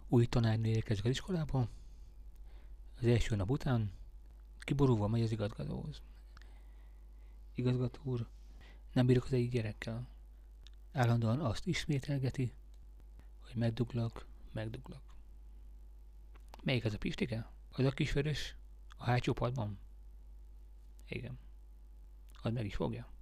Új tanárnő érkezik az iskolába, az első nap után kiborulva megy az igazgatóhoz. Igazgató úr, nem bírok az egyik gyerekkel. Állandóan azt ismételgeti, hogy megduglak. Melyik az a Pistike? Az a kisvörös a hátsó padban? Igen. Az meg is fogja.